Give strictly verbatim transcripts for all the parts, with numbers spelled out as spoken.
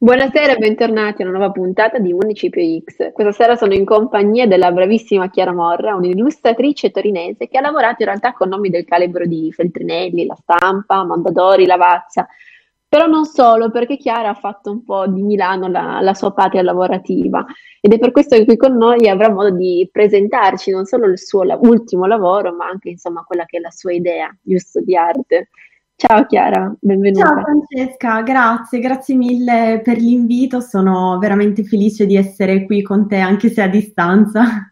Buonasera e bentornati a una nuova puntata di Municipio X. Questa sera sono in compagnia della bravissima Chiara Morra, un'illustratrice torinese che ha lavorato in realtà con nomi del calibro di Feltrinelli, La Stampa, Mondadori, Lavazza. Però non solo, perché Chiara ha fatto un po' di Milano la, la sua patria lavorativa ed è per questo che qui con noi avrà modo di presentarci non solo il suo la- ultimo lavoro, ma anche insomma quella che è la sua idea, giusto, di arte. Ciao Chiara, Ciao benvenuta. Francesca, grazie, grazie mille per l'invito, sono veramente felice di essere qui con te anche se a distanza.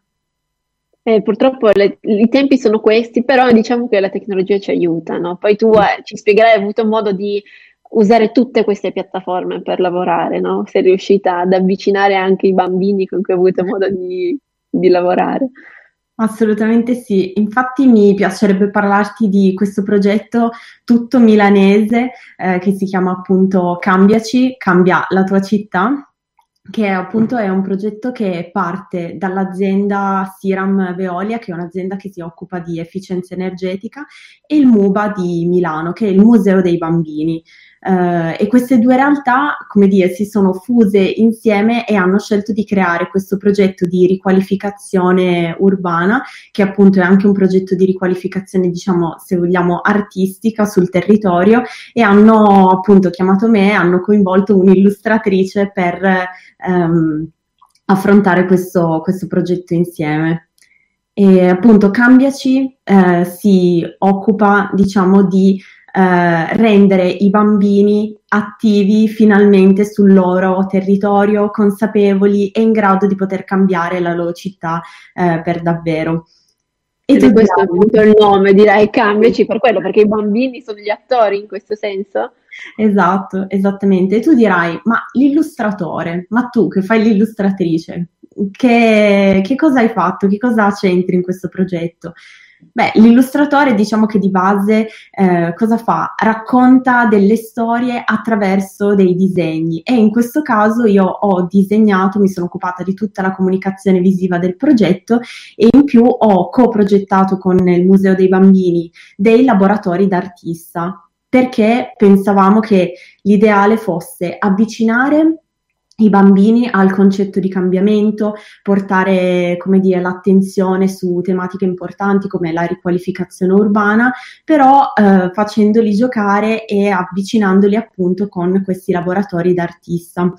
Eh, purtroppo le- i tempi sono questi, però diciamo che la tecnologia ci aiuta, no? Poi tu eh, ci spiegherai, hai avuto modo di usare tutte queste piattaforme per lavorare, no? Sei riuscita ad avvicinare anche i bambini con cui hai avuto modo di, di lavorare. Assolutamente sì, infatti mi piacerebbe parlarti di questo progetto tutto milanese eh, che si chiama appunto Cambiaci, cambia la tua città, che appunto è un progetto che parte dall'azienda Siram Veolia, che è un'azienda che si occupa di efficienza energetica, e il MUBA di Milano, che è il Museo dei Bambini. Eh, e queste due realtà, come dire, si sono fuse insieme e hanno scelto di creare questo progetto di riqualificazione urbana, che appunto è anche un progetto di riqualificazione, diciamo, se vogliamo, artistica sul territorio, e hanno appunto chiamato me, hanno coinvolto un'illustratrice per ehm, affrontare questo, questo progetto insieme. E appunto Cambiaci eh, si occupa, diciamo, di eh, rendere i bambini attivi finalmente sul loro territorio, consapevoli e in grado di poter cambiare la loro città eh, per davvero. E Ed tu è questo direi, appunto il nome, direi, cambiaci per quello, perché i bambini sono gli attori in questo senso. esatto, esattamente. E tu dirai, ma l'illustratore, ma tu che fai l'illustratrice, che, che cosa hai fatto? Che cosa c'entri in questo progetto? Beh, l'illustratore diciamo che di base eh, cosa fa? Racconta delle storie attraverso dei disegni e in questo caso io ho disegnato, mi sono occupata di tutta la comunicazione visiva del progetto e in più ho coprogettato con il Museo dei Bambini dei laboratori d'artista perché pensavamo che l'ideale fosse avvicinare i bambini al concetto di cambiamento, portare, come dire, l'attenzione su tematiche importanti come la riqualificazione urbana, però eh, facendoli giocare e avvicinandoli appunto con questi laboratori d'artista.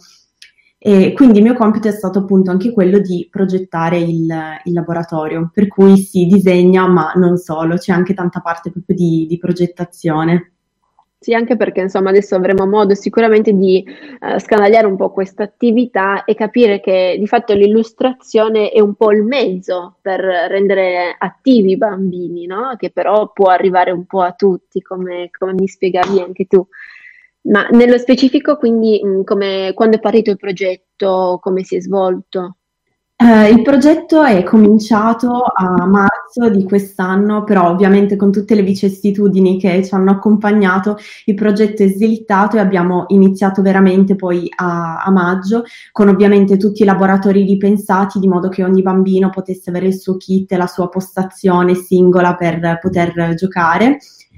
E quindi il mio compito è stato appunto anche quello di progettare il, il laboratorio, per cui si disegna, ma non solo, c'è anche tanta parte proprio di, di progettazione. Sì, anche perché insomma adesso avremo modo sicuramente di eh, scandagliare un po' questa attività e capire che di fatto l'illustrazione è un po' il mezzo per rendere attivi i bambini, no? Che però può arrivare un po' a tutti, come, come mi spiegavi anche tu. Ma nello specifico, quindi, mh, come, quando è partito il progetto, come si è svolto? Eh, il progetto è cominciato a marzo di quest'anno, però ovviamente con tutte le vicissitudini che ci hanno accompagnato, il progetto è slittato e abbiamo iniziato veramente poi a, a maggio, con ovviamente tutti i laboratori ripensati, di modo che ogni bambino potesse avere il suo kit e la sua postazione singola per poter giocare.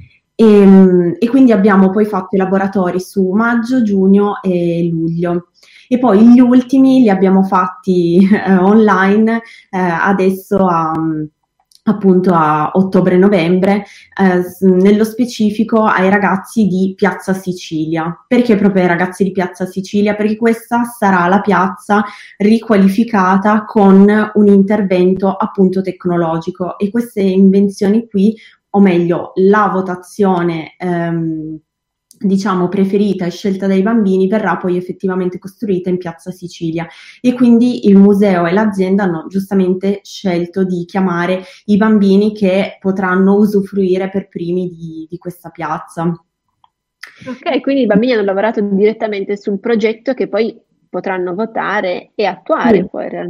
E, e quindi abbiamo poi fatto i laboratori su maggio, giugno e luglio. E poi gli ultimi li abbiamo fatti eh, online eh, adesso a, appunto a ottobre-novembre, eh, s- nello specifico ai ragazzi di Piazza Sicilia. Perché proprio ai ragazzi di Piazza Sicilia? Perché questa sarà la piazza riqualificata con un intervento appunto tecnologico e queste invenzioni qui, o meglio, la votazione ehm, diciamo preferita e scelta dai bambini verrà poi effettivamente costruita in Piazza Sicilia e quindi il museo e l'azienda hanno giustamente scelto di chiamare i bambini che potranno usufruire per primi di, di questa piazza. Ok, quindi i bambini hanno lavorato direttamente sul progetto che poi potranno votare e Sì. attuare poi realmente.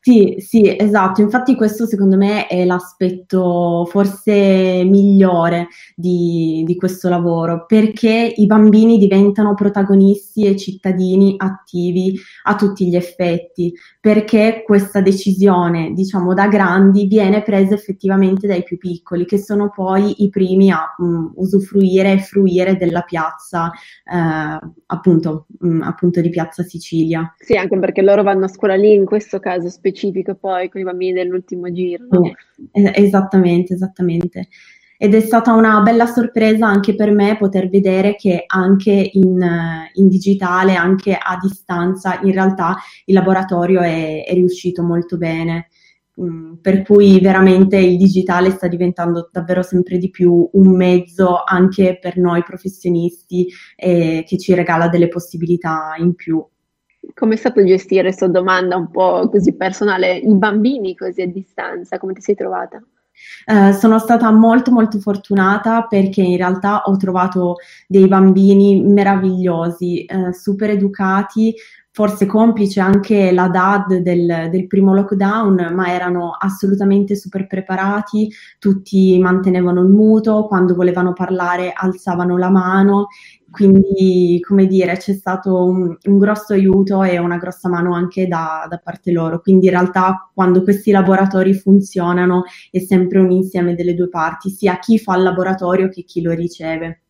Sì, sì, esatto. Infatti questo secondo me è l'aspetto forse migliore di, di questo lavoro, perché i bambini diventano protagonisti e cittadini attivi a tutti gli effetti, perché questa decisione, diciamo, da grandi viene presa effettivamente dai più piccoli, che sono poi i primi a mh, usufruire e fruire della piazza, eh, appunto, mh, appunto di Piazza Sicilia. Sì, anche perché loro vanno a scuola lì, in questo caso specifico poi con i bambini dell'ultimo giro, no? Eh, eh, Esattamente, esattamente. Ed è stata una bella sorpresa anche per me poter vedere che anche in, eh, in digitale, anche a distanza, in realtà il laboratorio è, è riuscito molto bene. Mm, per cui veramente il digitale sta diventando davvero sempre di più un mezzo anche per noi professionisti, eh, che ci regala delle possibilità in più. Come è stato gestire questa domanda un po' così personale, i bambini così a distanza, come ti sei trovata? Eh, sono stata molto molto fortunata perché in realtà ho trovato dei bambini meravigliosi, eh, super educati, forse complice anche la D A D del, del primo lockdown, ma erano assolutamente super preparati, tutti mantenevano il muto, quando volevano parlare alzavano la mano. Quindi, come dire, c'è stato un, un grosso aiuto e una grossa mano anche da, da parte loro. Quindi, in realtà, quando questi laboratori funzionano, è sempre un insieme delle due parti, sia chi fa il laboratorio che chi lo riceve.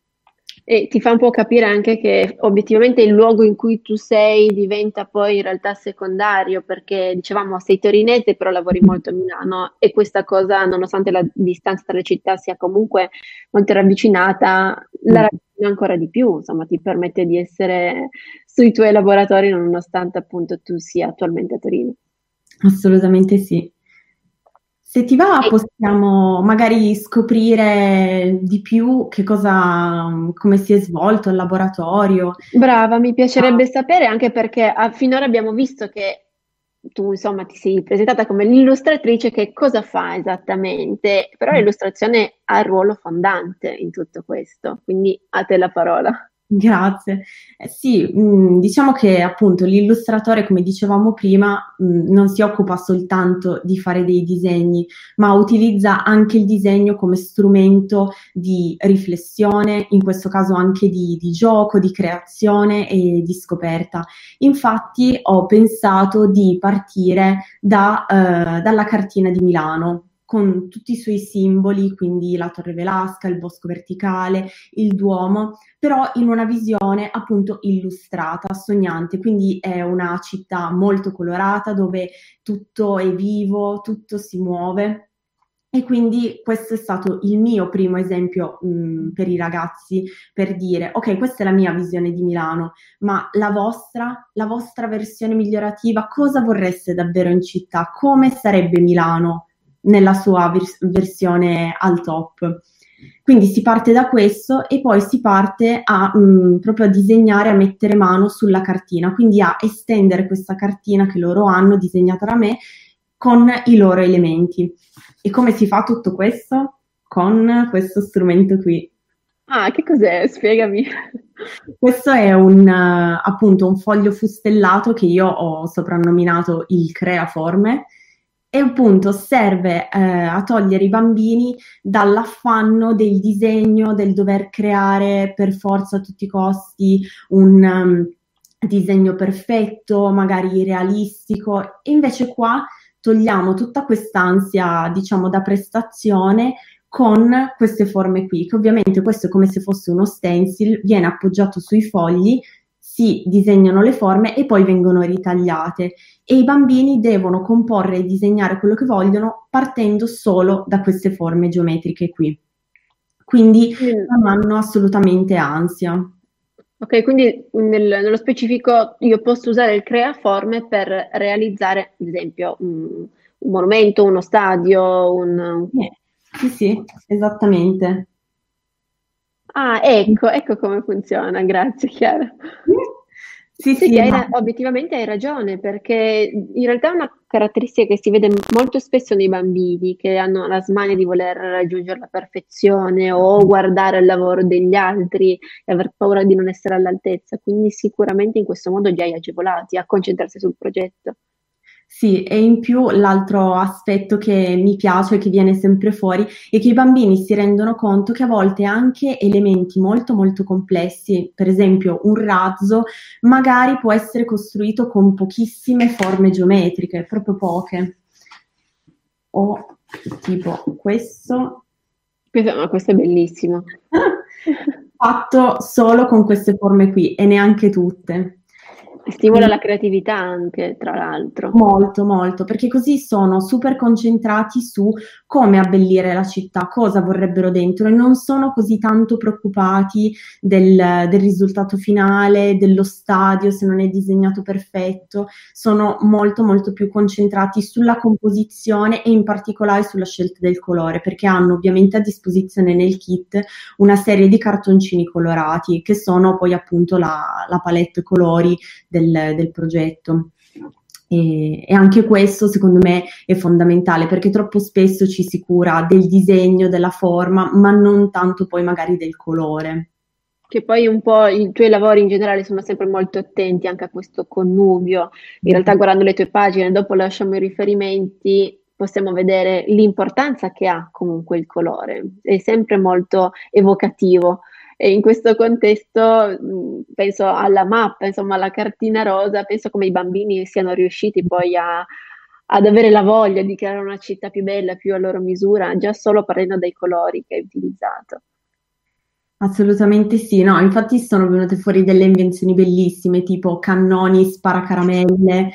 E ti fa un po' capire anche che obiettivamente il luogo in cui tu sei diventa poi in realtà secondario, perché dicevamo sei torinese, però lavori molto a Milano e questa cosa, nonostante la distanza tra le città sia comunque molto ravvicinata, la ravvicina ancora di più, insomma, ti permette di essere sui tuoi laboratori nonostante appunto tu sia attualmente a Torino. Assolutamente sì. Se ti va, possiamo magari scoprire di più che cosa, come si è svolto il laboratorio. Brava, mi piacerebbe sapere anche perché ah, finora abbiamo visto che tu, insomma, ti sei presentata come l'illustratrice, che cosa fa esattamente? Però l'illustrazione ha il ruolo fondante in tutto questo, quindi a te la parola. Grazie. Eh, sì, mh, diciamo che appunto l'illustratore, come dicevamo prima, mh, non si occupa soltanto di fare dei disegni, ma utilizza anche il disegno come strumento di riflessione, in questo caso anche di, di gioco, di creazione e di scoperta. Infatti ho pensato di partire da, eh, dalla cartina di Milano, con tutti i suoi simboli, quindi la Torre Velasca, il Bosco Verticale, il Duomo, però in una visione appunto illustrata, sognante, quindi è una città molto colorata dove tutto è vivo, tutto si muove. E quindi questo è stato il mio primo esempio mh, per i ragazzi, per dire, ok, questa è la mia visione di Milano, ma la vostra, la vostra versione migliorativa, cosa vorreste davvero in città? Come sarebbe Milano nella sua vers- versione al top? Quindi si parte da questo e poi si parte a mh, proprio a disegnare, a mettere mano sulla cartina, quindi a estendere questa cartina che loro hanno disegnata da me con i loro elementi. E come si fa tutto questo? Con questo strumento qui. Ah, che cos'è? Spiegami. Questo è un, eh, appunto un foglio fustellato che io ho soprannominato il creaforme e appunto serve eh, a togliere i bambini dall'affanno del disegno, del dover creare per forza a tutti i costi un um, disegno perfetto, magari realistico, e invece qua togliamo tutta quest'ansia, diciamo, da prestazione con queste forme qui, che ovviamente questo è come se fosse uno stencil, viene appoggiato sui fogli, si disegnano le forme e poi vengono ritagliate e i bambini devono comporre e disegnare quello che vogliono partendo solo da queste forme geometriche qui. Quindi Mm. non hanno assolutamente ansia. Ok, quindi nel- nello specifico io posso usare il creaforme per realizzare, ad esempio, un, un monumento, uno stadio, un... Eh, Sì, sì, esattamente. Ah, ecco, ecco come funziona, grazie Chiara. Sì, Sì, sì, che hai no. ra- obiettivamente hai ragione, perché in realtà è una caratteristica che si vede molto spesso nei bambini, che hanno la smania di voler raggiungere la perfezione o guardare il lavoro degli altri e aver paura di non essere all'altezza. Quindi sicuramente in questo modo li hai agevolati a concentrarsi sul progetto. Sì, e in più l'altro aspetto che mi piace, che viene sempre fuori, è che i bambini si rendono conto che a volte anche elementi molto molto complessi, per esempio un razzo, magari può essere costruito con pochissime forme geometriche, proprio poche. O tipo questo Questo, ma questo è bellissimo. fatto solo con queste forme qui e neanche tutte. Stimola la creatività anche, tra l'altro. Molto, molto, perché così sono super concentrati su come abbellire la città, cosa vorrebbero dentro e non sono così tanto preoccupati del, del risultato finale, dello stadio, se non è disegnato perfetto, sono molto, molto più concentrati sulla composizione e in particolare sulla scelta del colore, perché hanno ovviamente a disposizione nel kit una serie di cartoncini colorati che sono poi appunto la, la palette colori del, del progetto. E, e anche questo secondo me è fondamentale perché troppo spesso ci si cura del disegno, della forma, ma non tanto poi magari del colore. Che poi un po' i tuoi lavori in generale sono sempre molto attenti anche a questo connubio. In realtà, guardando le tue pagine, dopo lasciamo i riferimenti, possiamo vedere l'importanza che ha comunque il colore. È sempre molto evocativo. E in questo contesto, mh, penso alla mappa, insomma, alla cartina rosa, penso come i bambini siano riusciti poi a- ad avere la voglia di creare una città più bella, più a loro misura, già solo partendo dai colori che hai utilizzato. Assolutamente sì, no, infatti sono venute fuori delle invenzioni bellissime, tipo cannoni, sparacaramelle,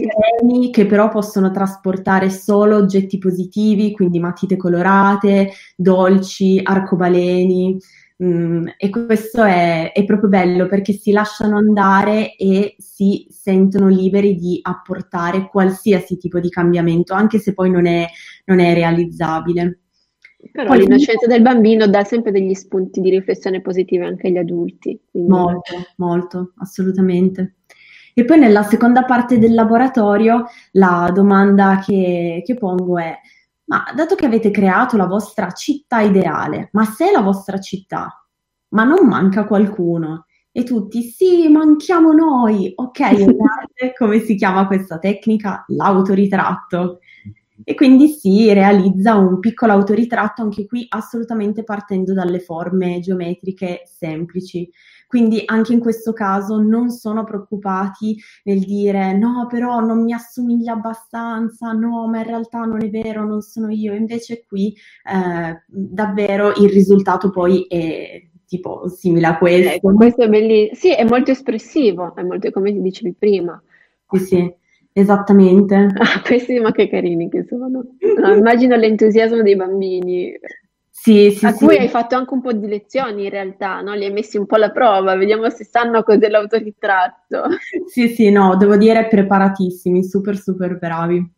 treni che però possono trasportare solo oggetti positivi, quindi matite colorate, dolci, arcobaleni, mm, e questo è, è proprio bello perché si lasciano andare e si sentono liberi di apportare qualsiasi tipo di cambiamento, anche se poi non è, non è realizzabile. Però Poi l'innocenza del bambino dà sempre degli spunti di riflessione positiva anche agli adulti, quindi molto, molto, assolutamente. E poi nella seconda parte del laboratorio la domanda che, che pongo è, ma dato che avete creato la vostra città ideale, ma se è la vostra città, ma non manca qualcuno? E tutti, sì, manchiamo noi. Ok, in arte come si chiama questa tecnica? L'autoritratto. E quindi si realizza un piccolo autoritratto, anche qui assolutamente partendo dalle forme geometriche semplici. Quindi anche in questo caso non sono preoccupati nel dire no, però non mi assomiglia abbastanza, no, ma in realtà non è vero, non sono io. Invece qui eh, davvero il risultato poi è tipo simile a ecco, questo. questo è bellissimo. Sì, è molto espressivo, è molto come ti dicevi prima. Sì, sì, esattamente. Ah, questi ma che carini che sono. No, immagino l'entusiasmo dei bambini, Sì, sì, a sì. cui hai fatto anche un po' di lezioni in realtà, no? Li hai messi un po' alla prova, vediamo se sanno cos'è l'autoritratto. Sì, sì, no, devo dire preparatissimi, super, super bravi.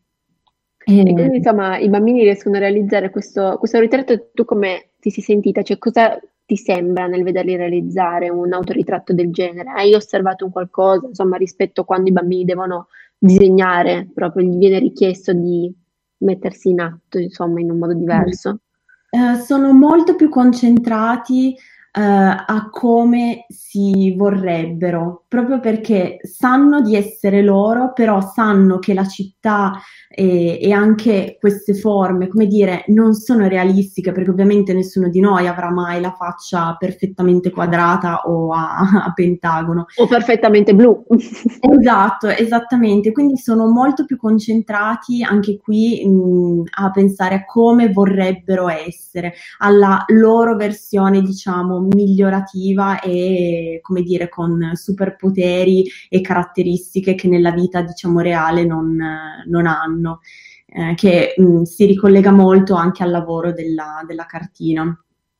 E E- quindi insomma i bambini riescono a realizzare questo, questo ritratto e tu come ti sei sentita? Cioè cosa ti sembra nel vederli realizzare un autoritratto del genere? Hai osservato un qualcosa, insomma, rispetto a quando i bambini devono disegnare, proprio gli viene richiesto di mettersi in atto, insomma, in un modo diverso? Eh, sono molto più concentrati, eh, a come si vorrebbero, proprio perché sanno di essere loro, però sanno che la città e, e anche queste forme, come dire, non sono realistiche, perché ovviamente nessuno di noi avrà mai la faccia perfettamente quadrata o a, a pentagono. O perfettamente blu. Esatto, esattamente. Quindi sono molto più concentrati anche qui, mh, a pensare a come vorrebbero essere, alla loro versione, diciamo, migliorativa e, come dire, con superpoteri e caratteristiche che nella vita, diciamo, reale non, non hanno, eh, che mh, si ricollega molto anche al lavoro della, della cartina.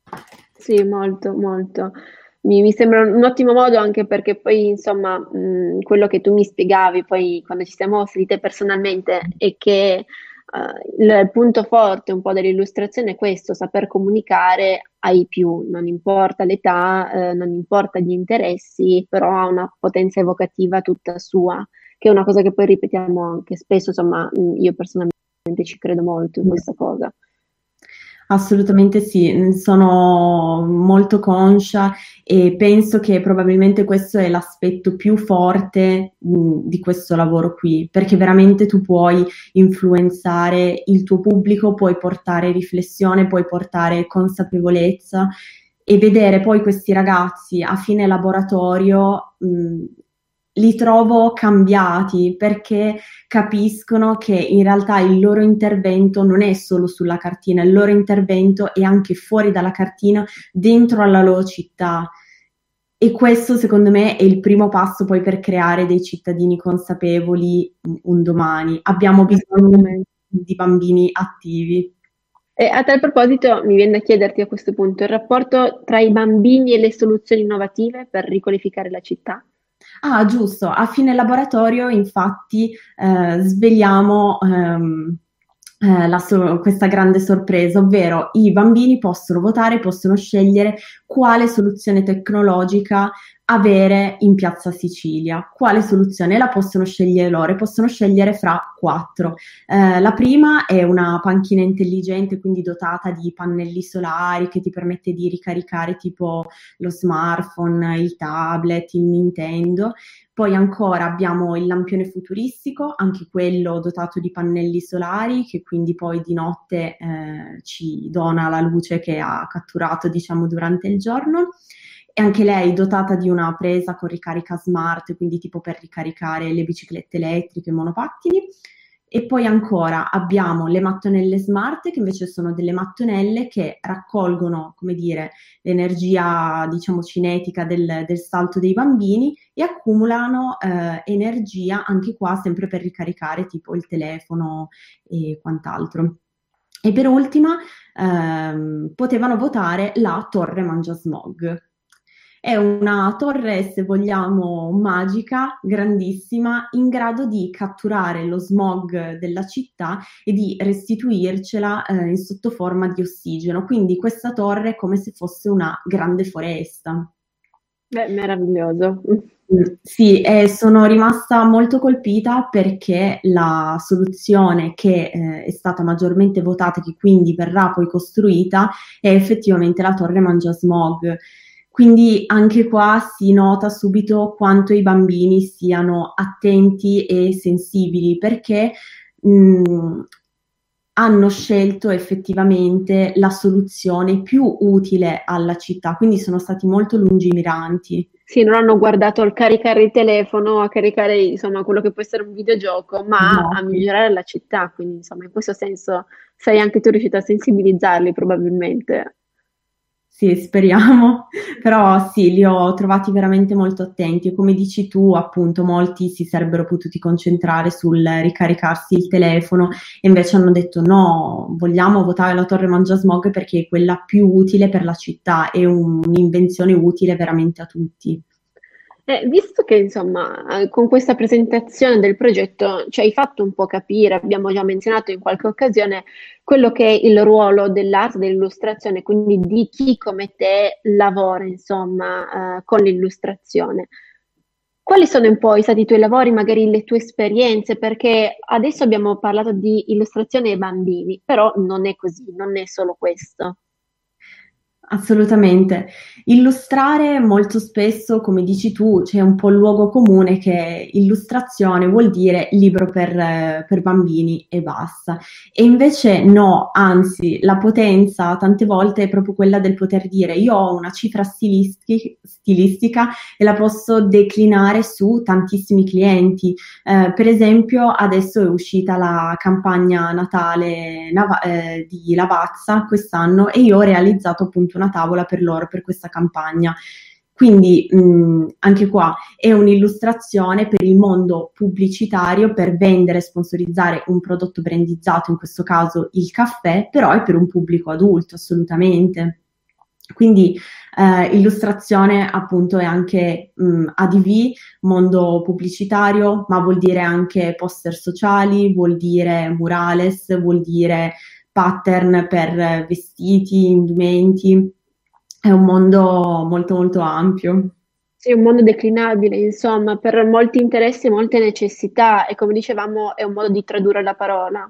Sì, molto, molto. Mi, mi sembra un ottimo modo anche perché poi, insomma, mh, quello che tu mi spiegavi poi quando ci siamo sentite personalmente è che eh, il punto forte un po' dell'illustrazione è questo, saper comunicare ai più, non importa l'età, eh, non importa gli interessi, però ha una potenza evocativa tutta sua, che è una cosa che poi ripetiamo anche spesso, insomma, mh, io personalmente ci credo molto in questa cosa. Assolutamente sì, sono molto conscia e penso che probabilmente questo è l'aspetto più forte mh, di questo lavoro qui, perché veramente tu puoi influenzare il tuo pubblico, puoi portare riflessione, puoi portare consapevolezza e vedere poi questi ragazzi a fine laboratorio, mh, li trovo cambiati perché capiscono che in realtà il loro intervento non è solo sulla cartina, il loro intervento è anche fuori dalla cartina, dentro alla loro città. E questo secondo me è il primo passo poi per creare dei cittadini consapevoli un domani. Abbiamo bisogno di bambini attivi. E a tal proposito, mi viene da chiederti a questo punto il rapporto tra i bambini e le soluzioni innovative per riqualificare la città. Ah, giusto, a fine laboratorio infatti eh, svegliamo ehm, eh, la so- questa grande sorpresa, ovvero i bambini possono votare, possono scegliere quale soluzione tecnologica avere in Piazza Sicilia. Quale soluzione la possono scegliere loro? E possono scegliere fra quattro. Eh, la prima è una panchina intelligente, quindi dotata di pannelli solari che ti permette di ricaricare tipo lo smartphone, il tablet, il Nintendo. Poi ancora abbiamo il lampione futuristico, anche quello dotato di pannelli solari, che quindi poi di notte eh, ci dona la luce che ha catturato, diciamo, durante il giorno. E anche lei dotata di una presa con ricarica smart, quindi tipo per ricaricare le biciclette elettriche, i monopattini. E poi ancora abbiamo le mattonelle smart, che invece sono delle mattonelle che raccolgono, come dire, l'energia, diciamo, cinetica del, del salto dei bambini e accumulano eh, energia anche qua sempre per ricaricare tipo il telefono e quant'altro. E per ultima ehm, potevano votare la Torre Mangia Smog. È una torre, se vogliamo, magica, grandissima, in grado di catturare lo smog della città e di restituircela eh, in sotto forma di ossigeno. Quindi questa torre è come se fosse una grande foresta. Beh, meraviglioso. Sì, e sono rimasta molto colpita perché la soluzione che eh, è stata maggiormente votata, che quindi verrà poi costruita, è effettivamente la Torre Mangia Smog. Quindi anche qua si nota subito quanto i bambini siano attenti e sensibili, perché mh, hanno scelto effettivamente la soluzione più utile alla città, quindi sono stati molto lungimiranti. Sì, non hanno guardato al caricare il telefono, a caricare insomma quello che può essere un videogioco, ma a Esatto. migliorare la città. Quindi, insomma, in questo senso sei anche tu riuscita a sensibilizzarli probabilmente. Sì, speriamo, però sì, li ho trovati veramente molto attenti e come dici tu, appunto, molti si sarebbero potuti concentrare sul ricaricarsi il telefono e invece hanno detto no, vogliamo votare la Torre Mangia Smog perché è quella più utile per la città, è un- un'invenzione utile veramente a tutti. Eh, visto che insomma eh, con questa presentazione del progetto ci hai fatto un po' capire, abbiamo già menzionato in qualche occasione quello che è il ruolo dell'arte, dell'illustrazione, quindi di chi come te lavora insomma eh, con l'illustrazione. Quali sono un po' stati i tuoi lavori, magari le tue esperienze? Perché adesso abbiamo parlato di illustrazione ai bambini, però non è così, non è solo questo. Assolutamente. Illustrare molto spesso, come dici tu, c'è un po' il luogo comune che illustrazione vuol dire libro per, eh, per bambini e basta. E invece no, anzi, la potenza tante volte è proprio quella del poter dire io ho una cifra stilisti- stilistica e la posso declinare su tantissimi clienti. Eh, per esempio, adesso è uscita la campagna Natale Nava- eh, di Lavazza quest'anno e io ho realizzato appunto una tavola per loro per questa campagna. Quindi mh, anche qua è un'illustrazione per il mondo pubblicitario per vendere e sponsorizzare un prodotto brandizzato, in questo caso il caffè, però è per un pubblico adulto, assolutamente. Quindi eh, illustrazione appunto è anche mh, A D V, mondo pubblicitario, ma vuol dire anche poster sociali, vuol dire murales, vuol dire pattern per eh, vestiti, indumenti. È un mondo molto molto ampio. Sì, è un mondo declinabile, insomma, per molti interessi e molte necessità, e come dicevamo, è un modo di tradurre la parola.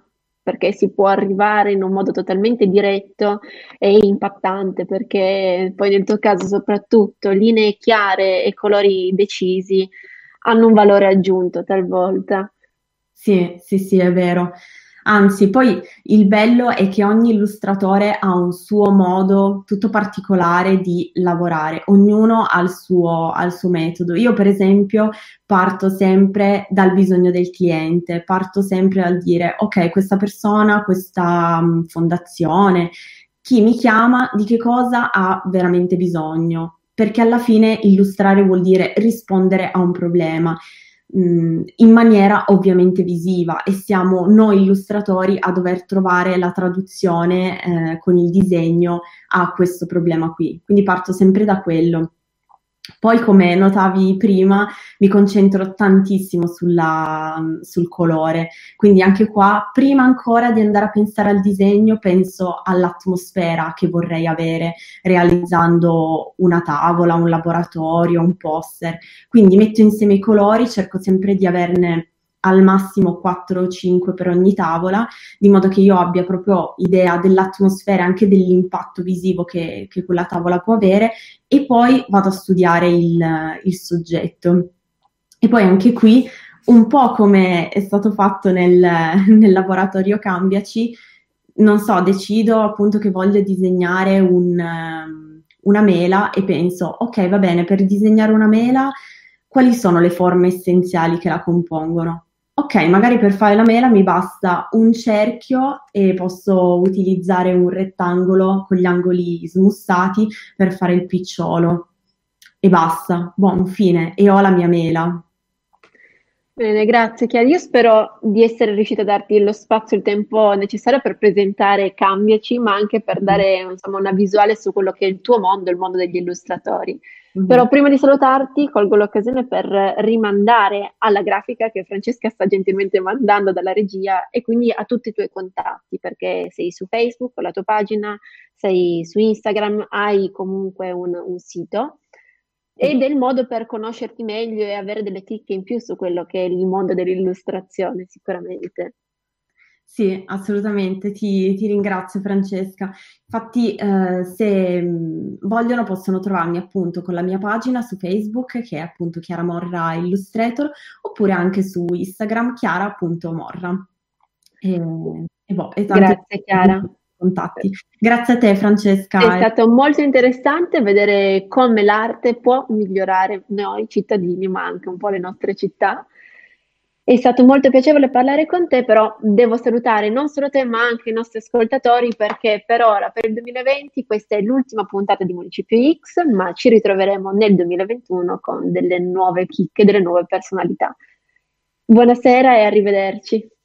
perché si può arrivare in un modo totalmente diretto e impattante, perché poi nel tuo caso soprattutto linee chiare e colori decisi hanno un valore aggiunto talvolta. Sì, sì, sì, è vero. Anzi, poi il bello è che ogni illustratore ha un suo modo tutto particolare di lavorare, ognuno ha il suo, ha il suo metodo. Io, per esempio, parto sempre dal bisogno del cliente, parto sempre dal dire, ok, questa persona, questa mh, fondazione, chi mi chiama, di che cosa ha veramente bisogno? Perché alla fine illustrare vuol dire rispondere a un problema mh, in maniera ovviamente visiva e siamo noi illustratori a dover trovare la traduzione eh, con il disegno a questo problema qui. Quindi parto sempre da quello. Poi, come notavi prima, mi concentro tantissimo sulla- sul colore, quindi anche qua, prima ancora di andare a pensare al disegno, penso all'atmosfera che vorrei avere realizzando una tavola, un laboratorio, un poster. Quindi metto insieme i colori, cerco sempre di averne al massimo quattro o cinque per ogni tavola, di modo che io abbia proprio idea dell'atmosfera e anche dell'impatto visivo che, che quella tavola può avere e poi vado a studiare il, il soggetto. E poi anche qui, un po' come è stato fatto nel, nel laboratorio Cambiaci, non so, decido appunto che voglio disegnare un, um, una mela e penso, ok, va bene, per disegnare una mela, quali sono le forme essenziali che la compongono? Ok, magari per fare la mela mi basta un cerchio e posso utilizzare un rettangolo con gli angoli smussati per fare il picciolo e basta, buon fine, e ho la mia mela. Bene, grazie Chiara. Io spero di essere riuscita a darti lo spazio e il tempo necessario per presentare Cambiaci, ma anche per dare, insomma, una visuale su quello che è il tuo mondo, il mondo degli illustratori. Mhm. Però prima di salutarti, colgo l'occasione per rimandare alla grafica che Francesca sta gentilmente mandando dalla regia e quindi a tutti i tuoi contatti, perché sei su Facebook con la tua pagina, sei su Instagram, hai comunque un, un sito Sì. ed è il modo per conoscerti meglio e avere delle chicche in più su quello che è il mondo dell'illustrazione, sicuramente. Sì, assolutamente, ti, ti ringrazio Francesca. Infatti, eh, se mh, vogliono possono trovarmi appunto con la mia pagina su Facebook, che è appunto Chiara Morra Illustrator, oppure anche su Instagram, chiara.morra. E, e, boh, e tanti Grazie Chiara. contatti. Grazie a te È Francesca. stato molto interessante vedere come l'arte può migliorare noi cittadini, ma anche un po' le nostre città. È stato molto piacevole parlare con te, però devo salutare non solo te, ma anche i nostri ascoltatori, perché per ora, per il duemilaventi, questa è l'ultima puntata di Municipio X, ma ci ritroveremo nel duemilaventuno con delle nuove chicche, delle nuove personalità. Buonasera e arrivederci.